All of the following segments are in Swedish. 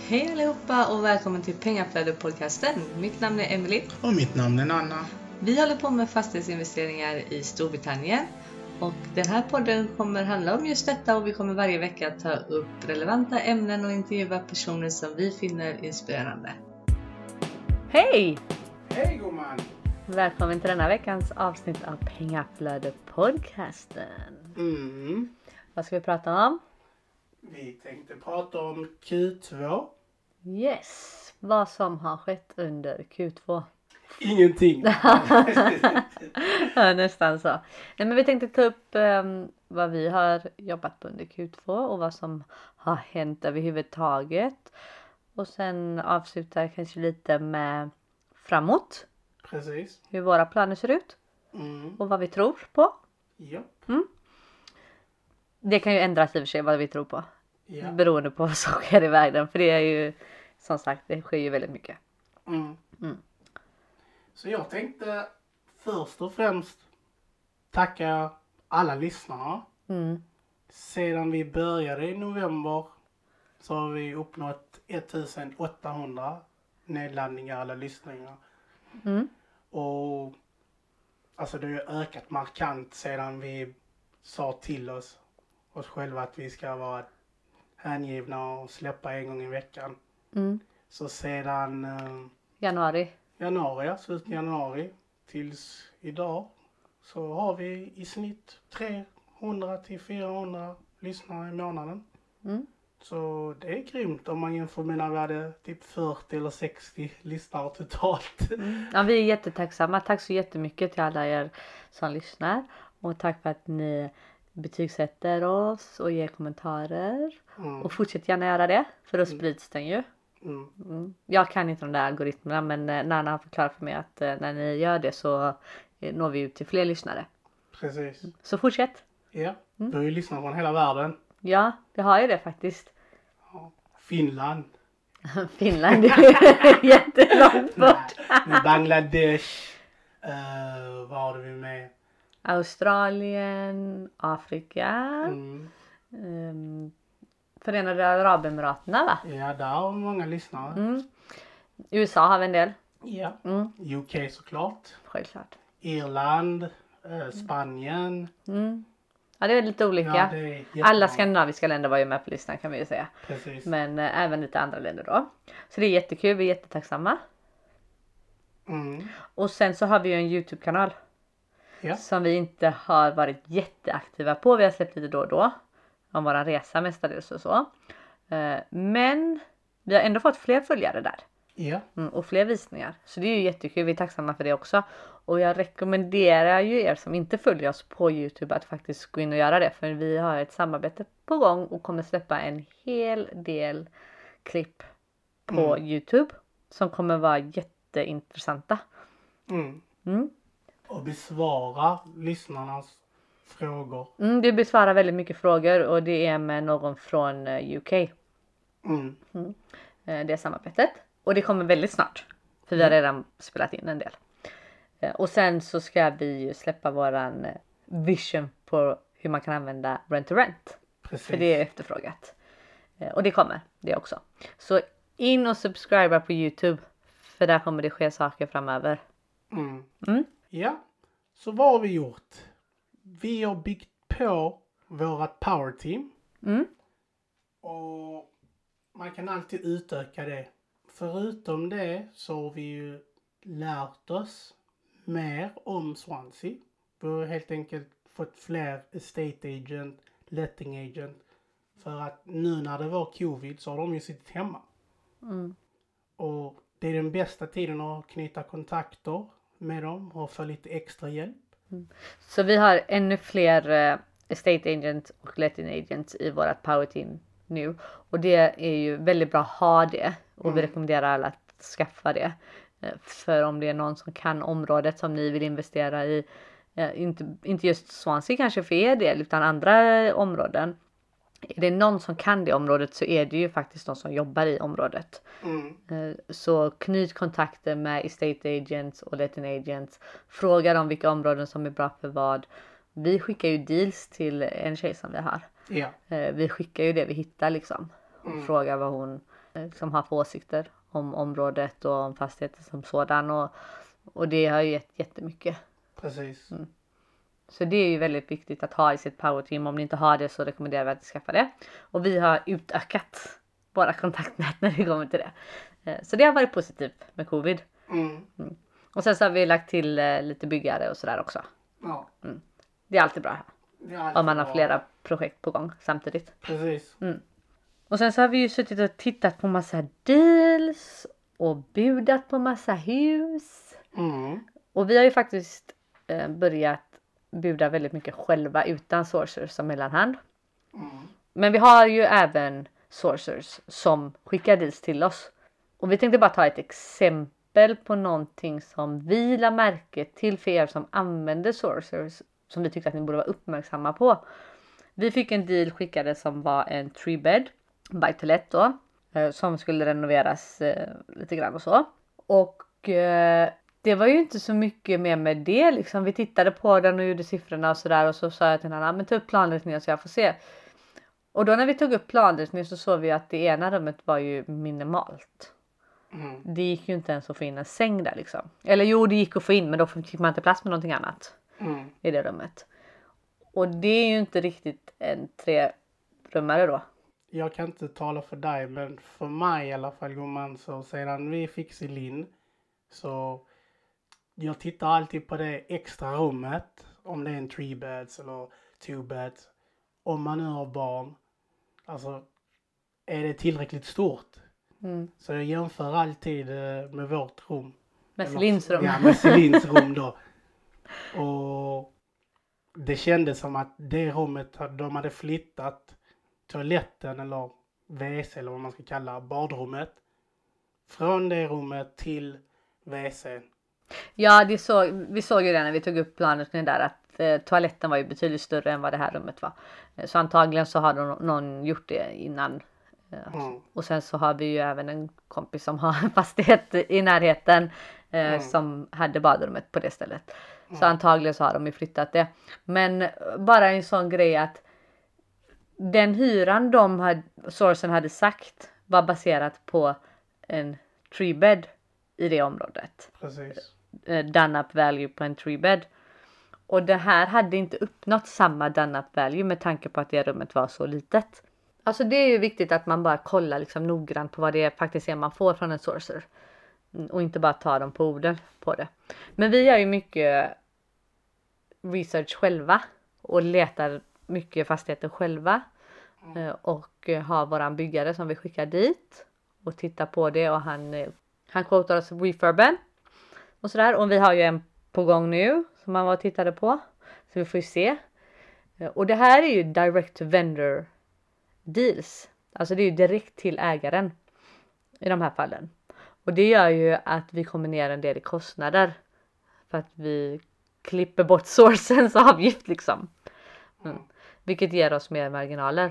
Hej allihopa och välkommen till Pengaflödet-podcasten. Mitt namn är Emily. Och mitt namn är Nanna. Vi håller på med fastighetsinvesteringar i Storbritannien. Och den här podden kommer handla om just detta och vi kommer varje vecka ta upp relevanta ämnen och intervjua personer som vi finner inspirerande. Hej! Hej gumman! Välkommen till denna veckans avsnitt av Pengaflödet-podcasten. Vad ska vi prata om? Vi tänkte prata om Q2. Yes, vad som har skett under Q2. Ingenting. Ja, nästan så. Nej, men vi tänkte ta upp vad vi har jobbat på under Q2 och vad som har hänt överhuvudtaget. Och sen avsluta kanske lite med framåt. Precis. Hur våra planer ser ut. Och vad vi tror på. Ja. Det kan ju ändras i och för sig vad vi tror på. Ja. Beroende på vad som sker i världen. För det är ju, som sagt, det sker ju väldigt mycket. Så jag tänkte först och främst tacka alla lyssnare. Sedan vi började i november så har vi uppnått 1800 nedladdningar eller lyssningar. Och alltså det har ju ökat markant sedan vi sa till oss själva att vi ska vara hängivna och släppa en gång i veckan. Så sedan Januari, slutet januari tills idag så har vi i snitt 300 till 400 lyssnare i månaden. Så det är grymt om man jämför med när vi hade typ 40 eller 60 lyssnare totalt. Ja, vi är jättetacksamma. Tack så jättemycket till alla er som lyssnar. Och tack för att ni betygsätter oss och ger kommentarer. Och fortsätt gärna göra det, för då sprids den ju. Jag kan inte de där algoritmerna, men Nanna har förklarat för mig att när ni gör det så når vi ut till fler lyssnare. Precis. Så fortsätt. Ja, du har ju lyssnat från hela världen. Ja, det har ju det faktiskt. Ja. Finland. Finland är jättelångt bort. Med Bangladesh. Vad har vi med? Australien, Afrika. Förenade Arabemiraterna, va? Ja, där har vi många lyssnare. USA har vi en del. Ja. UK såklart. Självklart. Irland. Spanien. Ja, det är lite olika. Ja, det är alla skandinaviska länder var ju med på listan, kan vi ju säga. Precis. Men även lite andra länder då. Så det är jättekul, vi är jättetacksamma. Och sen så har vi ju en YouTube-kanal. Ja. Som vi inte har varit jätteaktiva på. Vi har släppt lite då och då. Om våran resa mestadels och så. Men vi har ändå fått fler följare där. Ja. Och fler visningar. Så det är ju jättekul. Vi är tacksamma för det också. Och jag rekommenderar ju er som inte följer oss på YouTube att faktiskt gå in och göra det. För vi har ett samarbete på gång och kommer släppa en hel del klipp på YouTube. Som kommer vara jätteintressanta. Och besvara lyssnarnas frågor. Det besvarar väldigt mycket frågor och det är med någon från UK. Det samarbetet. Och det kommer väldigt snart. För vi har redan spelat in en del. Och sen så ska vi ju släppa våran vision på hur man kan använda rent-to-rent. Precis. För det är efterfrågat. Och det kommer det också. Så in och subscriba på YouTube. För där kommer det ske saker framöver. Ja, så vad har vi gjort? Vi har byggt på vårat power team. Och man kan alltid utöka det. Förutom det så har vi ju lärt oss mer om Swansea. Vi har helt enkelt fått fler estate agent, letting agent. För att nu när det var covid så har de ju suttit hemma. Och det är den bästa tiden att knyta kontakter med dem och få lite extra hjälp. Så vi har ännu fler estate agents och letting agents i vårat power team nu. Och det är ju väldigt bra att ha det. Och vi rekommenderar alla att skaffa det. För om det är någon som kan området som ni vill investera i. Inte just Swansea kanske för er del utan andra områden. Är det någon som kan det området så är det ju faktiskt någon som jobbar i området. Så knyt kontakter med estate agents och letting agents. Fråga dem vilka områden som är bra för vad. Vi skickar ju deals till en tjej som vi har. Ja. Vi skickar ju det vi hittar liksom. Och frågar vad hon som har för åsikter om området och om fastigheten som sådan. Och det har ju gett jättemycket. Precis. Så det är ju väldigt viktigt att ha i sitt powerteam. Om ni inte har det så rekommenderar vi att skaffa det. Och vi har utökat våra kontaktnät när det kommer till det. Så det har varit positivt med covid. Och sen så har vi lagt till lite byggare och sådär också. Ja. Det är alltid bra om man har bra. flera projekt på gång samtidigt. Precis. Och sen så har vi ju suttit och tittat på massa deals och budat på massa hus. Och vi har ju faktiskt börjat buda väldigt mycket själva utan sourcers som mellanhand. Men vi har ju även sourcers som skickar deals till oss. Och vi tänkte bara ta ett exempel på någonting som vi la märke till för er som använder sourcers som vi tyckte att ni borde vara uppmärksamma på. Vi fick en deal skickade som var en 3-bed by Toilette då, som skulle renoveras lite grann och så. Och det var ju inte så mycket mer med det liksom. Vi tittade på den och gjorde siffrorna och sådär och så sa jag till henne, men ta upp planritningen så jag får se. Och då när vi tog upp planritningen så såg vi att det ena rummet var ju minimalt. Det gick ju inte ens att få in en säng där liksom. Eller jo, det gick att få in, men då fick man inte plats med någonting annat i det rummet. Och det är ju inte riktigt en 3-rummare då. Jag kan inte tala för dig, men för mig i alla fall, gumman, så sedan vi fick Celine så jag tittar alltid på det extra rummet, om det är en 3-beds eller 2-beds. Om man nu har barn, alltså är det tillräckligt stort? Så jag jämför alltid med vårt rum. Med Celines rum. Ja, med Celines rum då. Och det kändes som att det rummet, de hade flyttat toaletten eller WC eller vad man ska kalla badrummet. Från det rummet till WC. Ja, vi såg ju det när vi tog upp planet där att toaletten var ju betydligt större än vad det här rummet var. Så antagligen så har någon gjort det innan. Och sen så har vi ju även en kompis som har en fastighet i närheten som hade badrummet på det stället. Så antagligen så har de ju flyttat det. Men bara en sån grej att den hyran sourcen hade sagt var baserat på en 3-bed i det området. Precis. Done up value på en 3-bed. Och det här hade inte uppnått samma done up value med tanke på att det rummet var så litet. Alltså det är ju viktigt att man bara kollar liksom noggrant på vad det faktiskt är man får från en sourcer. Och inte bara ta dem på orden på det. Men vi gör ju mycket research själva. Och letar mycket fastigheter själva. Och har våran byggare som vi skickar dit. Och tittar på det. Och han quotar oss refurben. Och sådär. Och vi har ju en på gång nu. Som man var och tittade på. Så vi får ju se. Och det här är ju direct to vendor deals. Alltså det är ju direkt till ägaren. I de här fallen. Och det gör ju att vi kommer ner en del i kostnader. För att vi klipper bort sourcens avgift liksom. Vilket ger oss mer marginaler.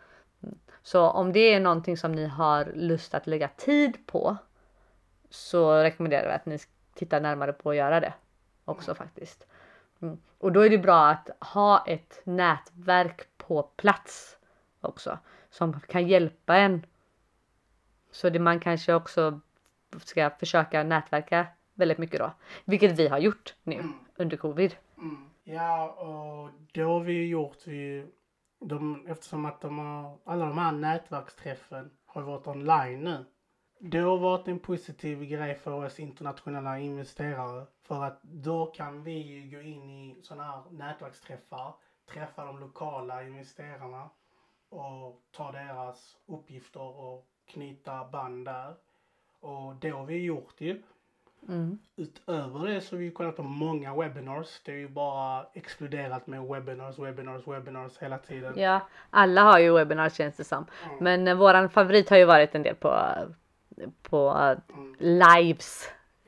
Så om det är någonting som ni har lust att lägga tid på. Så rekommenderar vi att ni tittar närmare på att göra det. Också faktiskt. Och då är det bra att ha ett nätverk på plats. Också. Som kan hjälpa en. Så det man kanske också ska försöka nätverka väldigt mycket då. Vilket vi har gjort nu under covid. Ja, och då har vi gjort eftersom att alla de här nätverksträffen har varit online nu. Det har varit en positiv grej för oss internationella investerare. För att då kan vi gå in i sådana här nätverksträffar. Träffa de lokala investerarna. Och ta deras uppgifter och knyta band där. Och det har vi gjort ju. Utöver det så har vi kollat på många webinars. Det är ju bara exploderat med webinars hela tiden. Ja, alla har ju webinars känns det som. Men våran favorit har ju varit en del på lives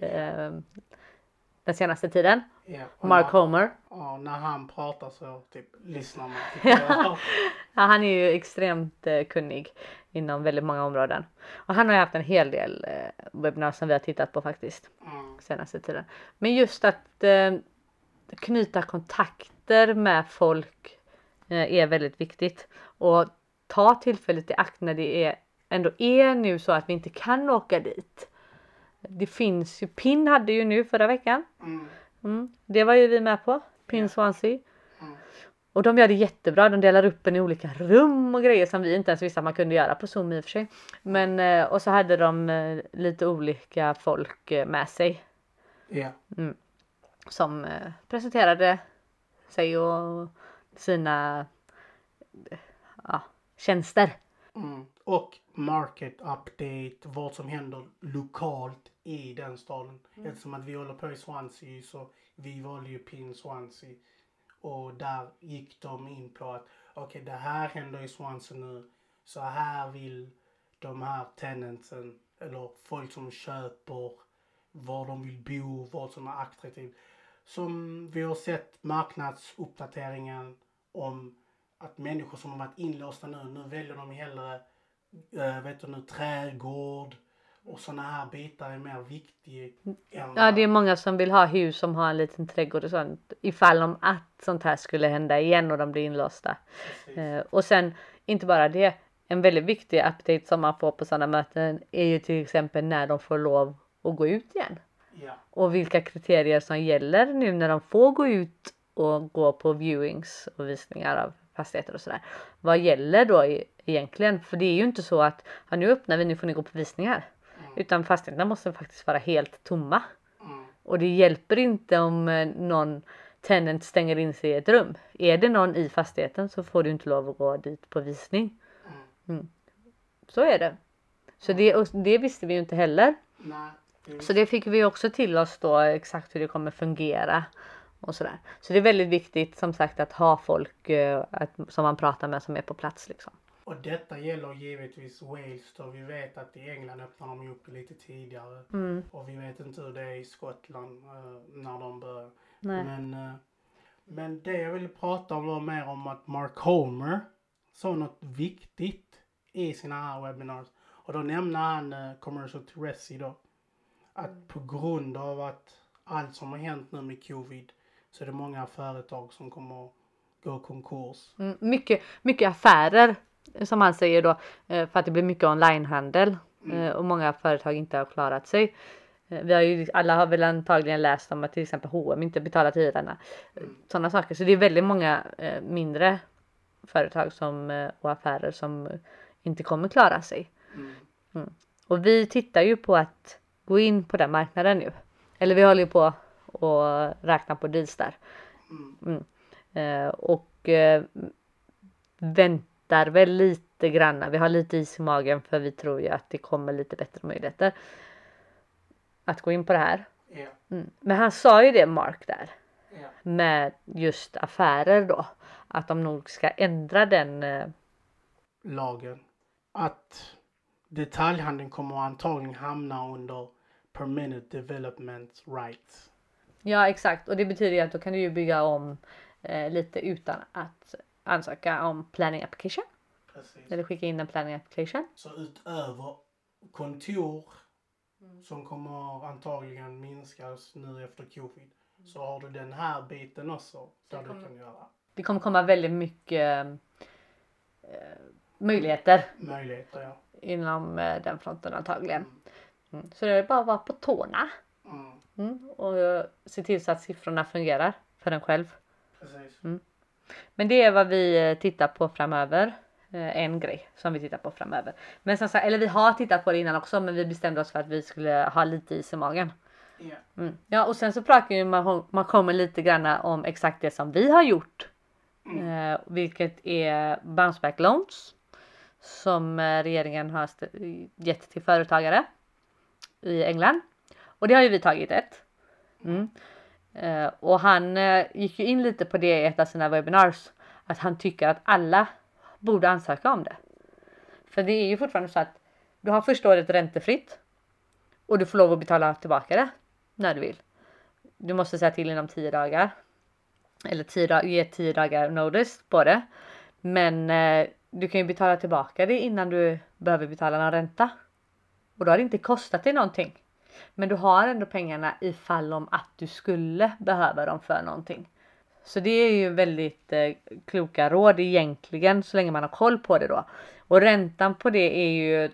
den senaste tiden. Yeah, Mark Homer. Ja, när han pratar så typ lyssnar man. Ja, han är ju extremt kunnig inom väldigt många områden. Och han har ju haft en hel del webbinar som vi har tittat på faktiskt senaste tiden. Men just att knyta kontakter med folk är väldigt viktigt. Och ta tillfället i akt när det är ändå är nu så att vi inte kan åka dit. Det finns ju, PIN hade ju nu förra veckan. Det var ju vi med på, PIN Swansea. Och de gör det jättebra, de delar upp en i olika rum och grejer som vi inte ens visste att man kunde göra på Zoom i och för sig. Men, och så hade de lite olika folk med sig. Som presenterade sig och sina tjänster. Och market update, vad som händer lokalt i den staden. Eftersom att vi håller på i Swansea så vi valde ju PIN Swansea. Och där gick de in på att okej, det här händer i Swansea nu. Så här vill de här tenantsen eller folk som köper, var de vill bo, vad som är attraktivt. Som vi har sett marknadsuppdateringen om att människor som har varit inlåsta nu väljer de hellre trädgård och sådana här bitar är mer viktiga. Ja, det är många som vill ha hus som har en liten trädgård och sånt ifall om att sånt här skulle hända igen och de blir inlåsta. Och sen inte bara det, en väldigt viktig update som man får på sådana möten är ju till exempel när de får lov att gå ut igen. Och vilka kriterier som gäller nu när de får gå ut och gå på viewings och visningar av fastigheter och sådär. Vad gäller då egentligen? För det är ju inte så att nu öppnar vi, nu får ni gå på visningar. Utan fastigheterna måste faktiskt vara helt tomma. Och det hjälper inte om någon tenant stänger in sig i ett rum. Är det någon i fastigheten så får du inte lov att gå dit på visning. Så är det. Så det visste vi ju inte heller. Så det fick vi också till oss då exakt hur det kommer fungera. Och sådär. Så det är väldigt viktigt som sagt att ha folk som man pratar med som är på plats liksom. Och detta gäller givetvis Wales då vi vet att i England öppnar de upp lite tidigare. Och vi vet inte hur det är i Skottland när de börjar. Men det jag ville prata om var mer om att Mark Homer sa något viktigt i sina här webinars. Och då nämner han Commercial Teresi då. Att på grund av att allt som har hänt nu med covid så är det många företag som kommer gå konkurs. Mycket affärer som han säger då, för att det blir mycket onlinehandel och många företag inte har klarat sig. Alla har väl antagligen läst om att till exempel H&M inte betalat hyrorna. Sådana saker. Så det är väldigt många mindre företag och affärer som inte kommer klara sig. Och vi tittar ju på att gå in på den marknaden nu. Eller vi håller ju på att räkna på deals där. Och väntar väl lite grann. Vi har lite is i magen för vi tror ju att det kommer lite bättre möjligheter att gå in på det här. Men han sa ju det, Mark, där. Med just affärer då. Att de nog ska ändra den lagen. Att detaljhandeln kommer antagligen hamna under permanent development rights. Ja, exakt. Och det betyder ju att då kan du ju bygga om lite utan att ansöka om planning application. Precis. Eller skicka in en planning application. Så utöver kontor som kommer antagligen minskas nu efter covid så har du den här biten också där du kan göra. Det kommer komma väldigt mycket möjligheter. Möjligheter, ja. Inom den fronten antagligen. Så det är bara att vara på tårna. Och se till så att siffrorna fungerar för en själv. Precis. Men det är vad vi tittar på framöver. En grej som vi tittar på framöver. Men som sagt, eller vi har tittat på det innan också, men vi bestämde oss för att vi skulle ha lite is i magen. Ja, och sen så pratar ju man kommer lite grann om exakt det som vi har gjort. Vilket är bounce back loans. Som regeringen har gett till företagare i England. Och det har ju vi tagit ett. Och han gick ju in lite på det i ett av sina webinars. Att han tycker att alla borde ansöka om det. För det är ju fortfarande så att du har första året räntefritt. Och du får lov att betala tillbaka det när du vill. Du måste säga till inom 10 dagar. Eller ge 10 dagar notice på det. Men du kan ju betala tillbaka det innan du behöver betala någon ränta. Och då har det inte kostat dig någonting. Men du har ändå pengarna ifall om att du skulle behöva dem för någonting. Så det är ju väldigt kloka råd egentligen så länge man har koll på det då. Och räntan på det är ju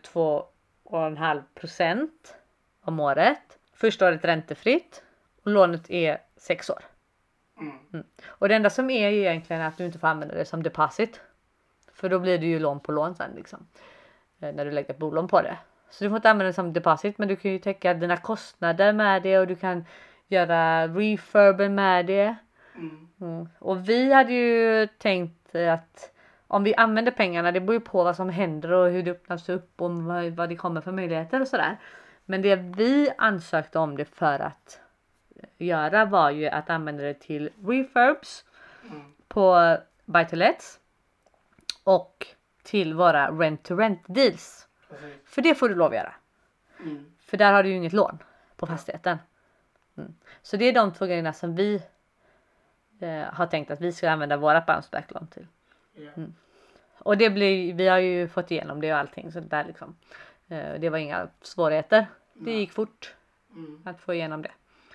2,5% om året. Första året räntefritt och lånet är 6 år. Och det enda som är ju egentligen att du inte får använda det som deposit. För då blir det ju lån på lån sen liksom. När du lägger ett bolån på det. Så du får inte använda det som deposit, men du kan ju täcka dina kostnader med det och du kan göra refurben med det. Och vi hade ju tänkt att om vi använder pengarna, det beror ju på vad som händer och hur det öppnas upp och vad det kommer för möjligheter och sådär. Men det vi ansökte om det för att göra var ju att använda det till refurbs på buy to lets och till våra rent to rent deals. För det får du lov att göra. För där har du ju inget lån på fastigheten. Så det är de två grejerna som vi har tänkt att vi ska använda våra bounce back lån till. Och det blir, vi har ju fått igenom det och allting så där liksom. Det var inga svårigheter. Det gick fort att få igenom det.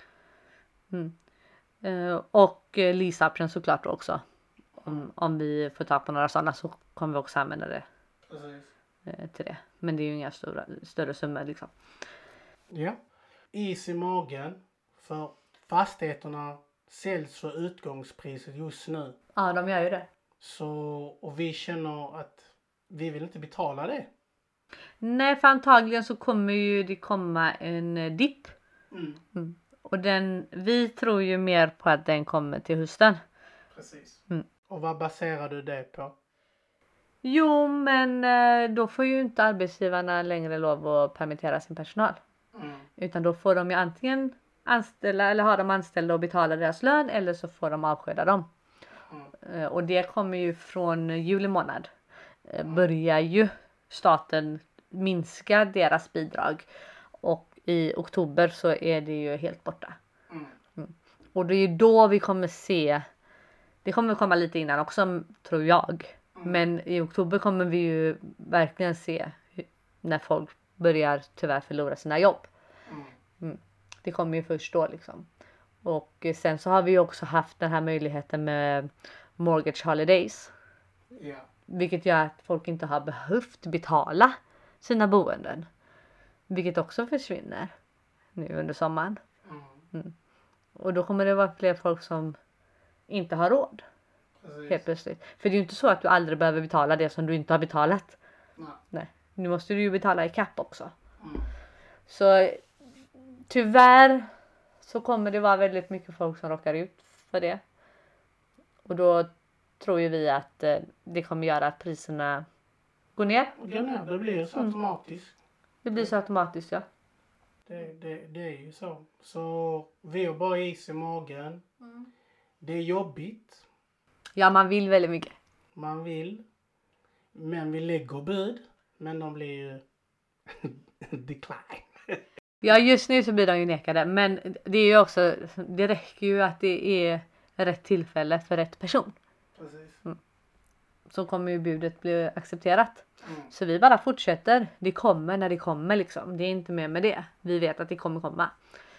Och lease option såklart också. Om vi får ta på några sådana så kommer vi också använda det till det. Men det är ju inga större summor liksom. Ja. Is i magen för fastigheterna säljs för utgångspriset just nu. Ja, de gör ju det. Så, och vi känner att vi vill inte betala det. Nej, för antagligen så kommer ju det komma en dipp. Och vi tror ju mer på att den kommer till hösten. Precis. Och vad baserar du det på? Jo, men då får ju inte arbetsgivarna längre lov att permittera sin personal. Utan då får de ju antingen anställa eller ha dem anställda och betala deras lön eller så får de avskeda dem. Och det kommer ju från juli månad. Börjar ju staten minska deras bidrag. Och i oktober så är det ju helt borta. Och det är ju då vi kommer se. Det kommer komma lite innan också tror jag. Men i oktober kommer vi ju verkligen se när folk börjar tyvärr förlora sina jobb. Det kommer ju först då liksom. Och sen så har vi ju också haft den här möjligheten med mortgage holidays. Vilket gör att folk inte har behövt betala sina boenden. Vilket också försvinner nu under sommaren. Och då kommer det vara fler folk som inte har råd. Helt plötsligt. För det är ju inte så att du aldrig behöver betala det som du inte har betalat. Nej. Nu måste du ju betala i kapp också. Så tyvärr så kommer det vara väldigt mycket folk som råkar ut för det. Och då tror ju vi att det kommer göra att priserna går ner. Det blir så automatiskt. Det blir så automatiskt, ja. Det är ju så. Så vi har bara is i magen. Det är jobbigt. Ja, man vill väldigt mycket. Man vill. Men vi lägger bud. Men de blir ju decline. Ja, just nu så blir de ju nekade. Men det är ju också, det räcker ju att det är rätt tillfälle för rätt person. Precis. Så kommer ju budet bli accepterat. Så vi bara fortsätter. Det kommer när det kommer liksom. Det är inte mer med det. Vi vet att det kommer komma.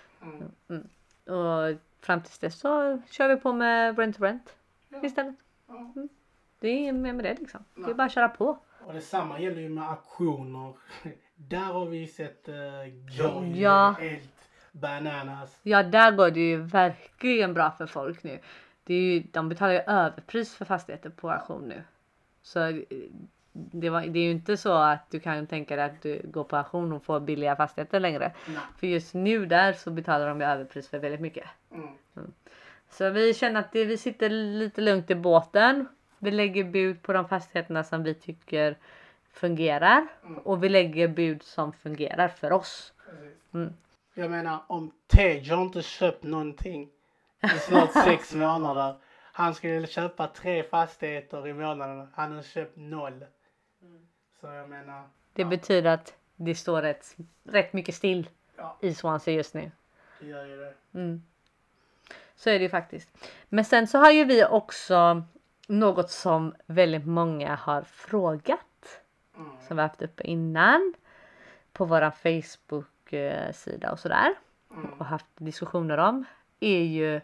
Och fram tills dess så kör vi på med rent to rent istället. Det är inget mer med det liksom. Det är bara att köra på. Och detsamma gäller ju med auktioner. Där har vi sett helt bananas. Ja, där går det ju verkligen bra för folk nu. Det är ju, de betalar ju överpris för fastigheter på auktion nu. Så det är ju inte så att du kan tänka dig att du går på auktion och får billiga fastigheter längre. För just nu där så betalar de ju överpris för väldigt mycket. Så vi känner att vi sitter lite lugnt i båten. Vi lägger bud på de fastigheterna som vi tycker fungerar. Och vi lägger bud som fungerar för oss. Jag menar, om Tej har inte köpt någonting i snart 6 månader. Han skulle köpa 3 fastigheter i månaden. Han har köpt 0. Så jag menar. Det betyder att det står rätt mycket still i Swansea just nu. Det gör ju det. Så är det ju faktiskt. Men sen så har ju vi också något som väldigt många har frågat. Som vi har haft uppe innan. På våra Facebook-sida och sådär. Och haft diskussioner om. Är ju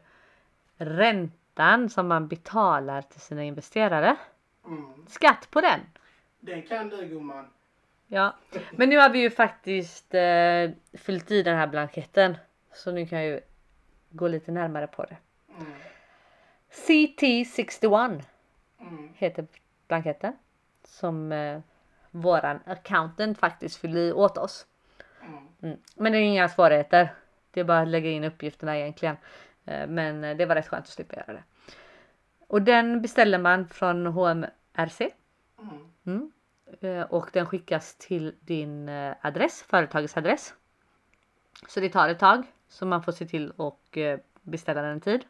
räntan som man betalar till sina investerare. Skatt på den. Det kan du, gumman. Ja, men nu har vi ju faktiskt fyllt i den här blanketten. Så nu kan jag ju gå lite närmare på det. CT61 heter blanketten. Som våran accountant faktiskt fyller i åt oss. Men det är inga svårigheter. Det är bara att lägga in uppgifterna egentligen. Men det var rätt skönt att slippa göra det. Och den beställer man från HMRC. Och den skickas till din adress, företagets adress. Så det tar ett tag. Så man får se till och beställa den tid.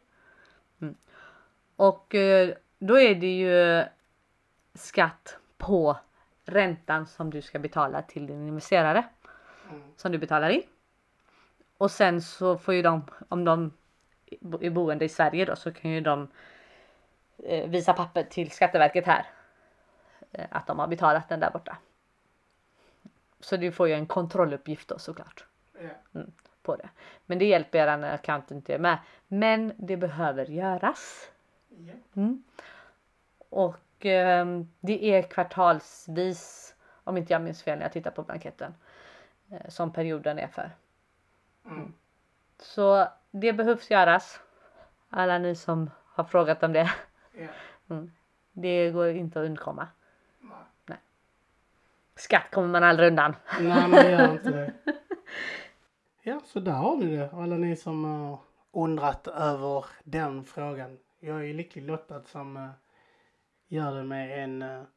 Och då är det ju skatt på räntan som du ska betala till din investerare. Som du betalar in. Och sen så får ju de, om de är boende i Sverige då, så kan ju de visa papper till Skatteverket här. Att de har betalat den där borta. Så du får ju en kontrolluppgift då såklart. På det. Men det hjälper er när accountant inte är med. Men det behöver göras. Och det är kvartalsvis, om inte jag minns fel när jag tittar på blanketten, som perioden är för. Så det behövs göras. Alla ni som har frågat om det. Det går inte att undkomma. Nej. Skatt kommer man aldrig undan. Nej, man gör inte det. Ja, så där har ni det. Alla ni som har undrat över den frågan. Jag är lycklig lottad som gör det med en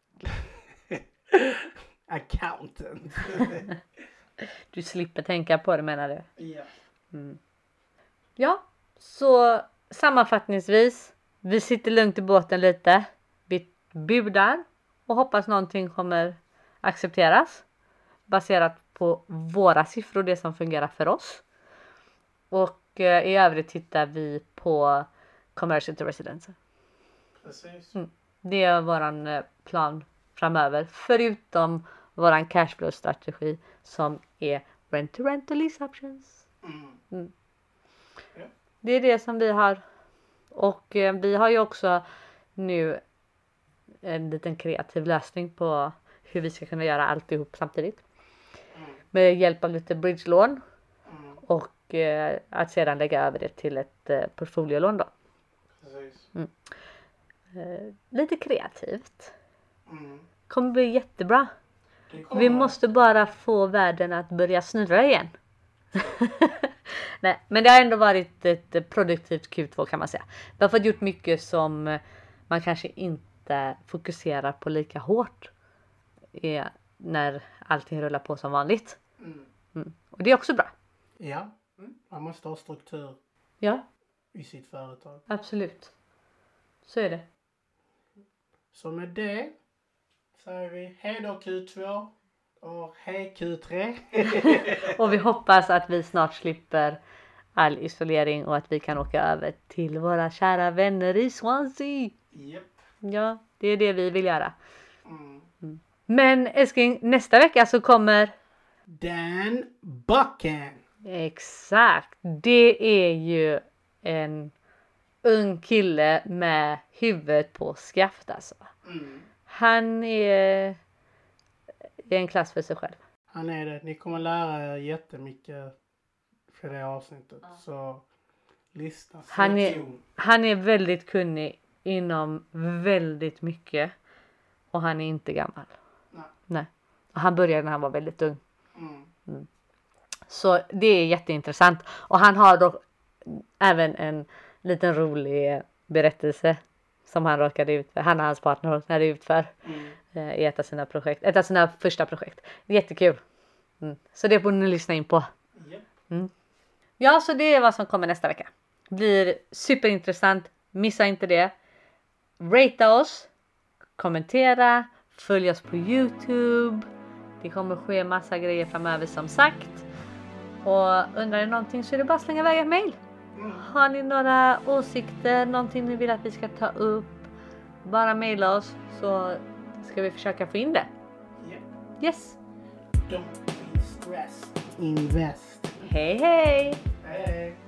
accountant. Du slipper tänka på det, menar du? Ja. Ja, så sammanfattningsvis. Vi sitter lugnt i båten lite. Vi budar och hoppas någonting kommer accepteras. Baserat på våra siffror, det som fungerar för oss. Och i övrigt tittar vi på commercial to residence. Precis. Det är våran plan framöver. Förutom våran cashflow-strategi som är rent to lease options. Det är det som vi har. Och vi har ju också nu en liten kreativ lösning på hur vi ska kunna göra alltihop samtidigt. Med hjälp av lite bridgelån. Och att sedan lägga över det till ett portfoliolån då. Precis. Lite kreativt. Kommer bli jättebra. Kommer. Vi måste bara få världen att börja snurra igen. Nej, men det har ändå varit ett produktivt Q2 kan man säga. Vi har fått gjort mycket som man kanske inte fokuserar på lika hårt när allting rullar på som vanligt. Och det är också bra. Ja, man måste ha struktur i sitt företag. Absolut. Så är det. Så med det säger vi hej då Q2 och hej Q3. Och vi hoppas att vi snart slipper all isolering och att vi kan åka över till våra kära vänner i Swansea. Yep. Ja, det är det vi vill göra. Men älskling, nästa vecka så kommer Dan Buchan. Exakt. Det är ju en ung kille med huvudet på skaft alltså. Han är en klass för sig själv. Han är det. Ni kommer lära er jättemycket för det avsnittet. Så lyssna. Han är väldigt kunnig inom väldigt mycket. Och han är inte gammal. Nej. Och han började när han var väldigt ung. Så det är jätteintressant. Och han har då även en liten rolig berättelse som han råkade ut för. Han och hans partner råkade ut för i ett av sina projekt. Ett av sina första projekt. Jättekul. Så det får ni lyssna in på. Ja, så det är vad som kommer nästa vecka. Blir superintressant. Missa inte det. Rata oss. Kommentera. Följ oss på YouTube. Det kommer ske massa grejer framöver som sagt. Och undrar ni någonting så är det bara att slänga iväg ett mejl. Har ni några åsikter, någonting ni vill att vi ska ta upp, bara mejla oss så ska vi försöka få in det. Yes. Don't be stressed. Invest. Hej hej. Hej.